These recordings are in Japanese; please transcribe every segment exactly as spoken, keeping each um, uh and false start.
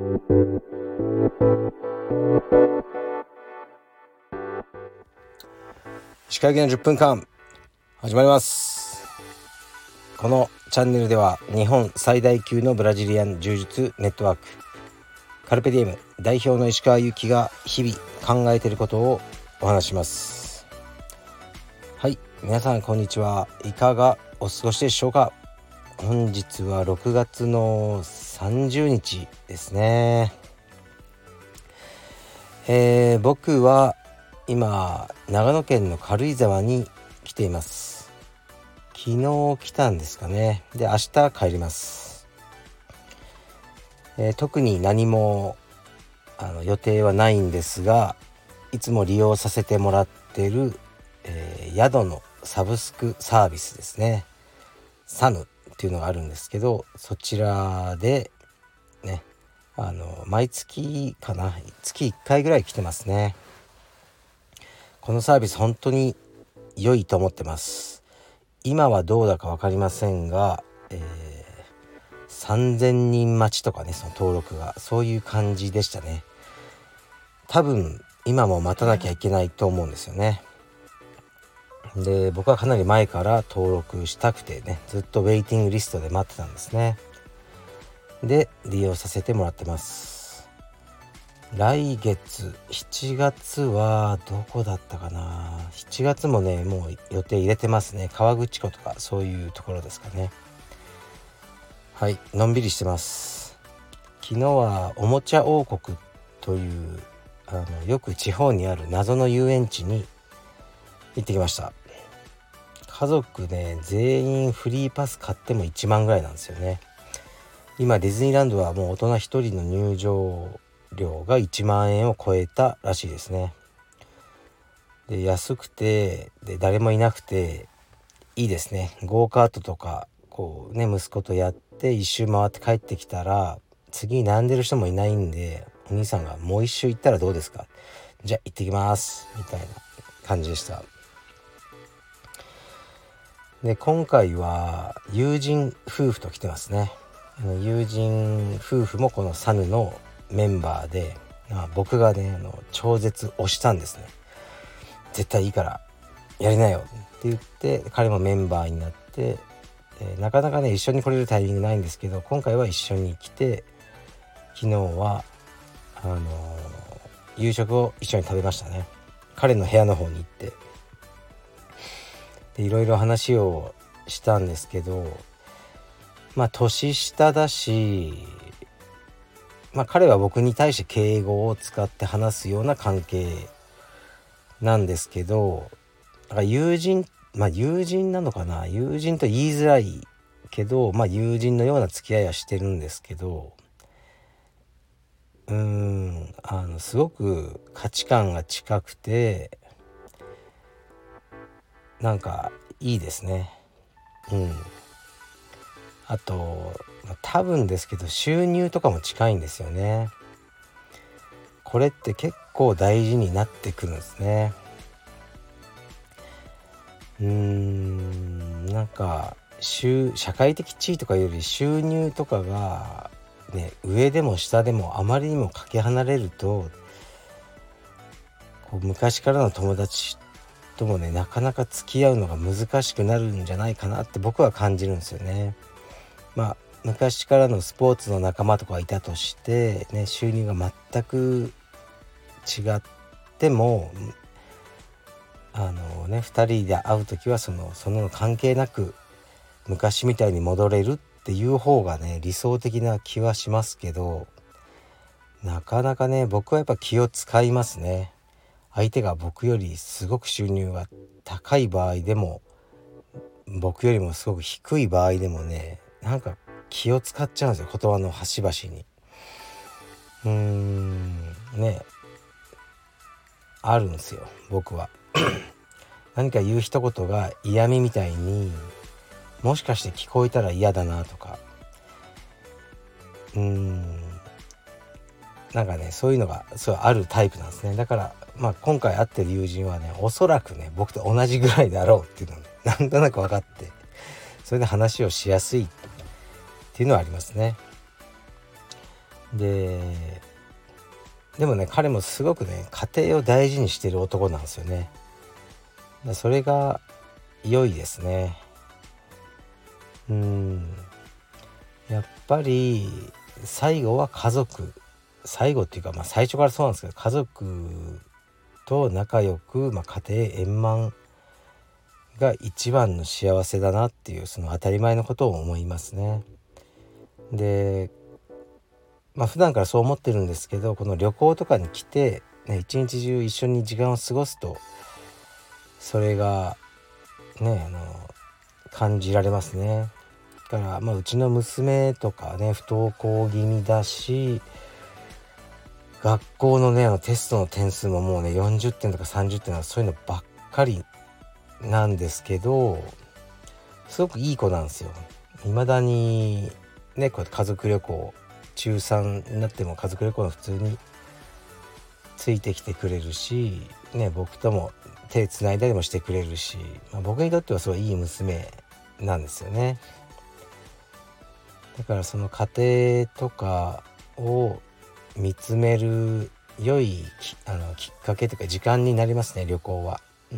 石川県のじゅっぷんかん始まります。このチャンネルでは日本最大級のブラジリアン柔術ネットワークカルペディエム代表の石川祐希が日々考えていることをお話します。はい、皆さんこんにちは。いかがお過ごしでしょうか。本日はろくがつのさんじゅうにちですね。えー、僕は今長野県の軽井沢に来ています。昨日来たんですかね。で明日帰ります。えー、特に何もあの予定はないんですが、いつも利用させてもらっている、えー、宿のサブスクサービスですね、サヌっていうのがあるんですけど、そちらでね、あの毎月かな、月いっかいぐらい来てますね。このサービス本当に良いと思ってます。今はどうだか分かりませんが、えー、さんぜんにん待ちとかね、その登録がそういう感じでしたね。多分今も待たなきゃいけないと思うんですよね。で僕はかなり前から登録したくてね、ずっとウェイティングリストで待ってたんですね。で利用させてもらってます。来月しちがつはどこだったかな。しちがつもねもう予定入れてますね。河口湖とかそういうところですかね。はい、のんびりしてます。昨日はおもちゃ王国というあのよく地方にある謎の遊園地に行ってきました。家族ね全員フリーパス買ってもいちまんぐらいなんですよね。今ディズニーランドはもう大人ひとりの入場料がいちまんえんを超えたらしいですね。で安くてで誰もいなくていいですね。ゴーカートとかこうね息子とやって一周回って帰ってきたら次に並んでる人もいないんで、お兄さんがもう一周行ったらどうですか、じゃあ行ってきますみたいな感じでした。で今回は友人夫婦と来てますね。友人夫婦もこのサヌのメンバーで、まあ、僕がねあの超絶推したんですね。絶対いいからやりなよって言って彼もメンバーになって、えー、なかなかね一緒に来れるタイミングないんですけど、今回は一緒に来て昨日はあのー、夕食を一緒に食べましたね。彼の部屋の方に行ってでいろいろ話をしたんですけど、まあ年下だし、まあ彼は僕に対して敬語を使って話すような関係なんですけど、だから友人まあ友人なのかな、友人と言いづらいけど、まあ友人のような付き合いはしてるんですけど、うーんあのすごく価値観が近くてなんかいいですね。うんあと多分ですけど収入とかも近いんですよね。これって結構大事になってくるんですね。うーんなんか社会的地位とかより収入とかがね上でも下でもあまりにもかけ離れると、こう昔からの友達ともねなかなか付き合うのが難しくなるんじゃないかなって僕は感じるんですよね。まあ昔からのスポーツの仲間とかいたとしてね、収入が全く違ってもあのねふたりで会う時はそのその関係なく昔みたいに戻れるっていう方がね理想的な気はしますけど、なかなかね僕はやっぱ気を使いますね。相手が僕よりすごく収入が高い場合でも僕よりもすごく低い場合でもね、なんか気を使っちゃうんですよ、言葉の端々に。うーんねあるんですよ僕は何か言う一言が嫌味みたいにもしかして聞こえたら嫌だなとか、うーんなんかねそういうのがそうあるタイプなんですね。だからまあ今回会ってる友人はねおそらくね僕と同じぐらいだろうっていうのを、ね、なんとなく分かって、それで話をしやすいっていうのはありますね。 ででもね彼もすごくね家庭を大事にしてる男なんですよね。それが良いですね。うーんやっぱり最後は家族、最後っていうか、まあ、最初からそうなんですけど、家族と仲良く、まあ、家庭円満が一番の幸せだなっていう、その当たり前のことを思いますね。でまあ普段からそう思ってるんですけど、この旅行とかに来て、ね、一日中一緒に時間を過ごすとそれがねあの感じられますね。だから、まあ、うちの娘とかね不登校気味だし、学校のねあのテストの点数ももうねよんじゅってんとかさんじゅってんとかそういうのばっかりなんですけど、すごくいい子なんですよ。未だにねこうやって家族旅行、中さんになっても家族旅行の普通についてきてくれるし、ね、僕とも手つないだりもしてくれるし、まあ、僕にとってはすごいいい娘なんですよね。だからその家庭とかを見つめる良いきあのきっかけというか時間になりますね、旅行は。うん、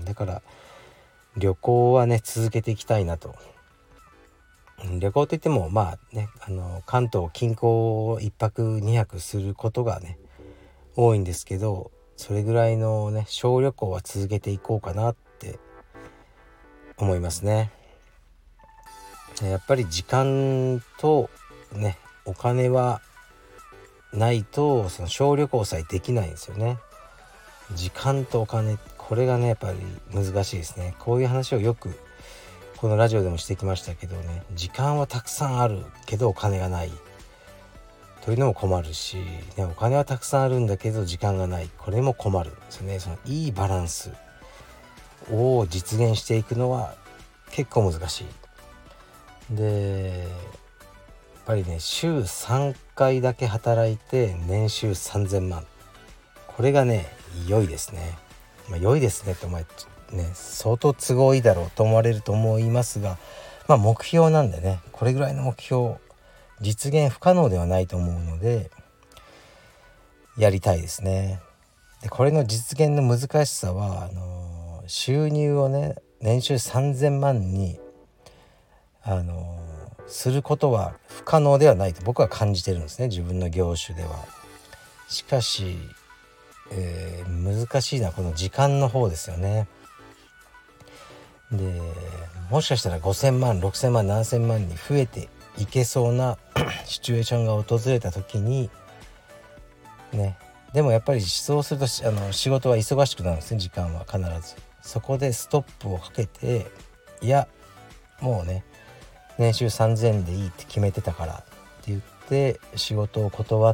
だから旅行はね続けていきたいなと。旅行といってもまあねあの関東近郊をいっぱくにはくすることがね多いんですけど、それぐらいのね小旅行は続けていこうかなって思いますね。やっぱり時間とねお金はないとその小旅行さえできないんですよね。時間とお金、これがねやっぱり難しいですね。こういう話をよくこのラジオでもしてきましたけどね、時間はたくさんあるけどお金がないというのも困るし、ね、お金はたくさんあるんだけど時間がない、これも困るんですよね。そのいいバランスを実現していくのは結構難しい。でやっぱりね週さんかいだけ働いて年収さんぜんまん、これがね良いですね。まあ、良いですねってお前ね相当都合いいだろうと思われると思いますが、まあ目標なんでね、これぐらいの目標実現不可能ではないと思うのでやりたいですね。でこれの実現の難しさはあの収入をね年収さんぜんまんにあのすることは不可能ではないと僕は感じてるんですね、自分の業種では。しかし、えー、難しいのはこの時間の方ですよね。でもしかしたらごせんまんろくせんまんななせんまんに増えていけそうなシチュエーションが訪れた時にね、でもやっぱりそうするとあの仕事は忙しくなるんですね、時間は必ず。そこでストップをかけて、いやもうね年収さんぜんでいいって決めてたからって言って仕事を断って、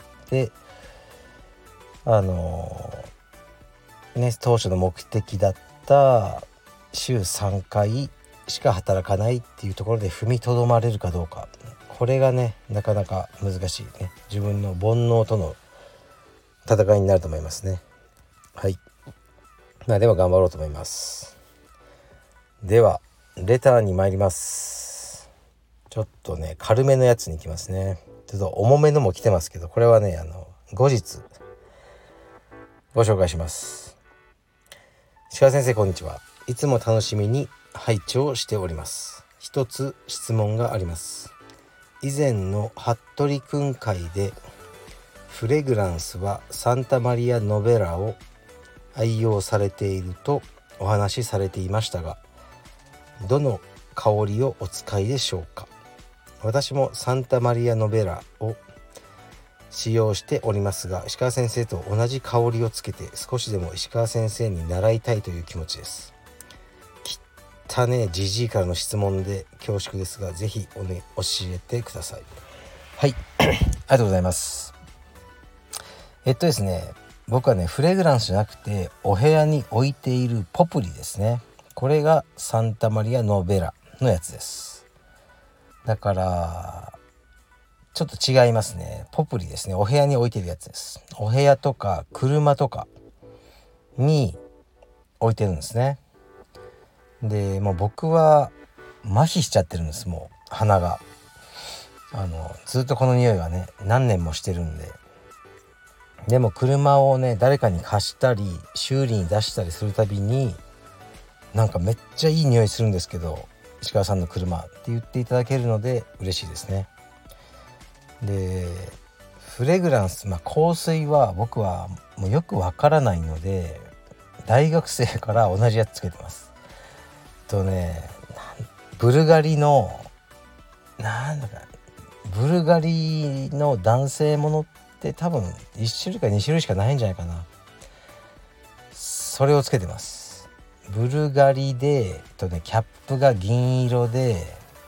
あのね当初の目的だった週さんかいしか働かないっていうところで踏みとどまれるかどうか、これがねなかなか難しいね、自分の煩悩との戦いになると思いますね。はい、まあでは頑張ろうと思います。ではレターに参ります。ちょっとね軽めのやつに行きますね。ちょっと重めのも来てますけど、これはねあの後日ご紹介します。鹿先生こんにちは。いつも楽しみに拝聴しております。一つ質問があります。以前の服部くん会でフレグランスはサンタマリアノベラを愛用されているとお話しされていましたが、どの香りをお使いでしょうか。私もサンタマリアノベラを使用しておりますが、石川先生と同じ香りをつけて少しでも石川先生に習いたいという気持ちです。きったねじじいからの質問で恐縮ですが、ぜひお、ね、教えてください。はいありがとうございます。えっとですね僕はねフレグランスじゃなくてお部屋に置いているポプリですね。これがサンタマリアノベラのやつです。だからちょっと違いますね。ポプリですね。お部屋に置いてるやつです。お部屋とか車とかに置いてるんですね。でもう僕は麻痺しちゃってるんです、もう鼻が。 あのずっとこの匂いはね何年もしてるんで。でも車をね誰かに貸したり修理に出したりするたびになんかめっちゃいい匂いするんですけど石川さんの車って言っていただけるので嬉しいですね。でフレグランス、まあ、香水は僕はもうよくわからないので大学生から同じやつつけてます。とねブルガリのなんだかブルガリの男性ものって多分いち種類かに種類しかないんじゃないかな。それをつけてます。ブルガリでとねキャップが銀色で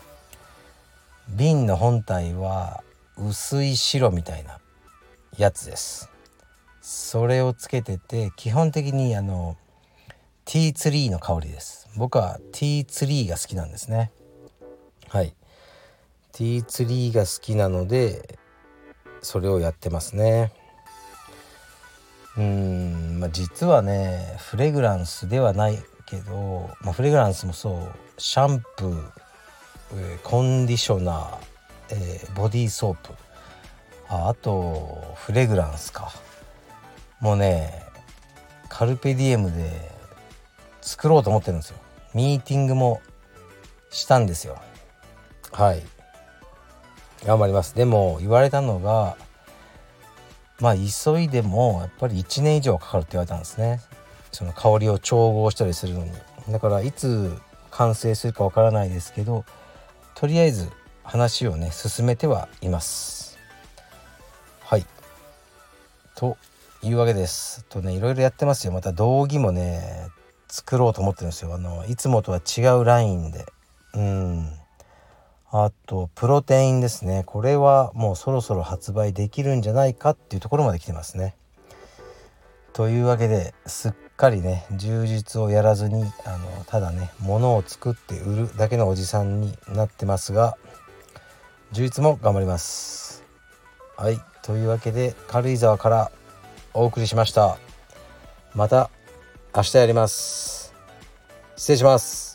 瓶の本体は薄い白みたいなやつです。それをつけてて基本的にあのティーツリーの香りです。僕はティーツリーが好きなんですね。はい、ティーツリーが好きなのでそれをやってますね。うーん、まあ、実はねフレグランスではないけど、まあ、フレグランスもそうシャンプー、えーコンディショナー、えーボディーソープ あ, あとフレグランスかもうねカルペディエムで作ろうと思ってるんですよ。ミーティングもしたんですよ。はい頑張ります。でも言われたのがまあ急いでもやっぱりいちねん以上かかるって言われたんですね。その香りを調合したりするのに。だからいつ完成するかわからないですけどとりあえず話をね進めてはいます。はいというわけですとねいろいろやってますよ。また道着もね作ろうと思ってるんですよ。あのいつもとは違うラインでうんあとプロテインですね。これはもうそろそろ発売できるんじゃないかっていうところまで来てますね。というわけですっかりね充実をやらずにあのただね物を作って売るだけのおじさんになってますが充実も頑張ります。はいというわけで軽井沢からお送りしました。また明日やります。失礼します。